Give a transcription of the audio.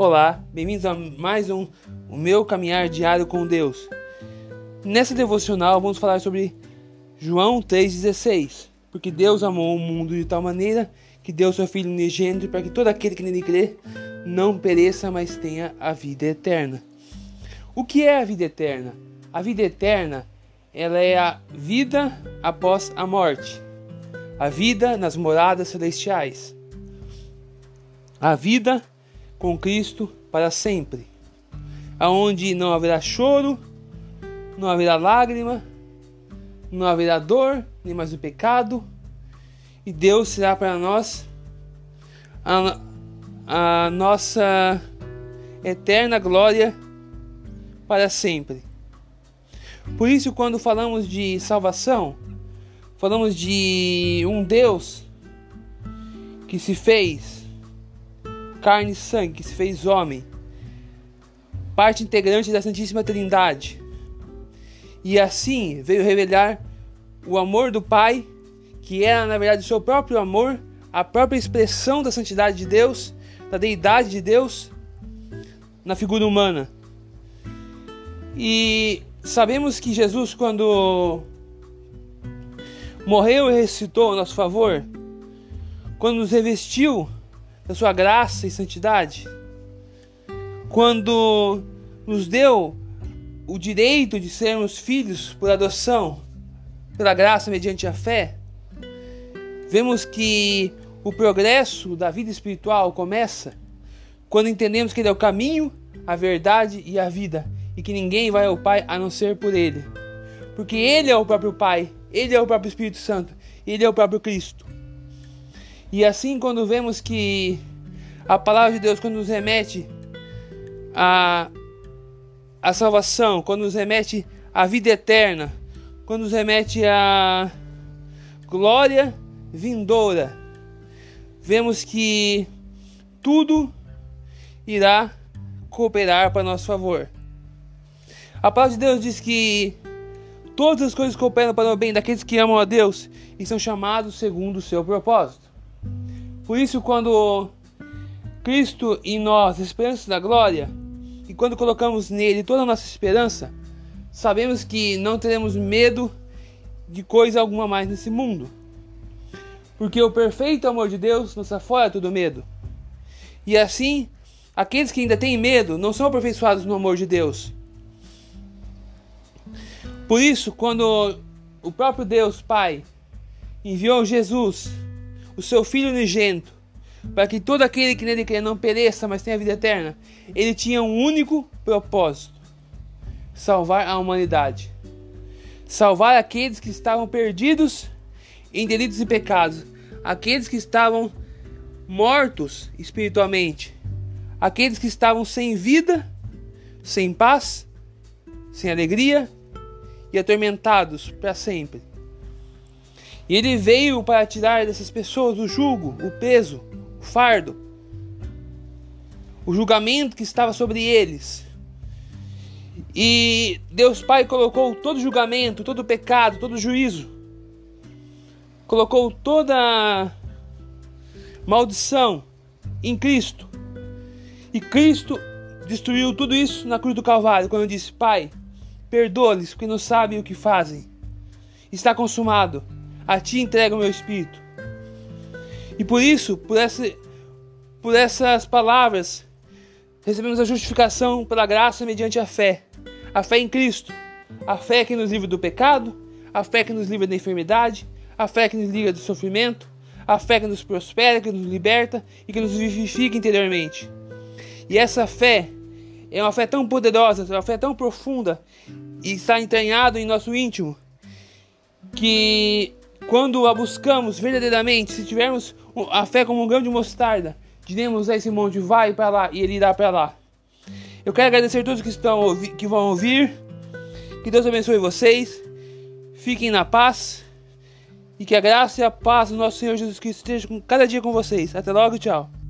Olá, bem-vindos a mais o meu caminhar diário com Deus. Nessa devocional vamos falar sobre João 3,16. Porque Deus amou o mundo de tal maneira que deu seu Filho unigênito para que todo aquele que nele crê não pereça, mas tenha a vida eterna. O que é a vida eterna? A vida eterna, ela é a vida após a morte. A vida nas moradas celestiais. A vida com Cristo para sempre, aonde não haverá choro, não haverá lágrima, não haverá dor, nem mais o pecado, e Deus será para nós a nossa eterna glória para sempre. Por isso, quando falamos de salvação, falamos de um Deus que se fez carne e sangue, que se fez homem, parte integrante da Santíssima Trindade, e assim veio revelar o amor do Pai, que era na verdade o seu próprio amor, a própria expressão da santidade de Deus, da deidade de Deus na figura humana. E sabemos que Jesus, quando morreu e ressuscitou a nosso favor, quando nos revestiu da sua graça e santidade, quando nos deu o direito de sermos filhos por adoção, pela graça mediante a fé, vemos que o progresso da vida espiritual começa quando entendemos que Ele é o caminho, a verdade e a vida, e que ninguém vai ao Pai a não ser por Ele, porque Ele é o próprio Pai, Ele é o próprio Espírito Santo, Ele é o próprio Cristo. E assim, quando vemos que a palavra de Deus, quando nos remete a salvação, quando nos remete à vida eterna, quando nos remete à glória vindoura, vemos que tudo irá cooperar para nosso favor. A palavra de Deus diz que todas as coisas cooperam para o bem daqueles que amam a Deus e são chamados segundo o seu propósito. Por isso, quando Cristo em nós, esperança da glória, e quando colocamos nele toda a nossa esperança, sabemos que não teremos medo de coisa alguma mais nesse mundo. Porque o perfeito amor de Deus nos afora todo medo. E assim, aqueles que ainda têm medo não são aperfeiçoados no amor de Deus. Por isso, quando o próprio Deus Pai enviou Jesus, o seu Filho unigênito, para que todo aquele que nele crê não pereça, mas tenha vida eterna, ele tinha um único propósito: salvar a humanidade, salvar aqueles que estavam perdidos em delitos e pecados, aqueles que estavam mortos espiritualmente, aqueles que estavam sem vida, sem paz, sem alegria e atormentados para sempre. E ele veio para tirar dessas pessoas o jugo, o peso, o fardo, o julgamento que estava sobre eles. E Deus Pai colocou todo julgamento, todo pecado, todo juízo, colocou toda maldição em Cristo. E Cristo destruiu tudo isso na cruz do Calvário, quando disse: Pai, perdoa-lhes, porque não sabem o que fazem. Está consumado. A ti entrego o meu espírito. E por isso, por essas palavras, recebemos a justificação pela graça mediante a fé. A fé em Cristo. A fé que nos livra do pecado. A fé que nos livra da enfermidade. A fé que nos livra do sofrimento. A fé que nos prospera, que nos liberta e que nos vivifica interiormente. E essa fé é uma fé tão poderosa, uma fé tão profunda, e está entranhado em nosso íntimo, que quando a buscamos verdadeiramente, se tivermos a fé como um grão de mostarda, diremos a esse monte: vai para lá, e ele irá para lá. Eu quero agradecer a todos que vão ouvir. Que Deus abençoe vocês. Fiquem na paz. E que a graça e a paz do nosso Senhor Jesus Cristo esteja cada dia com vocês. Até logo, tchau.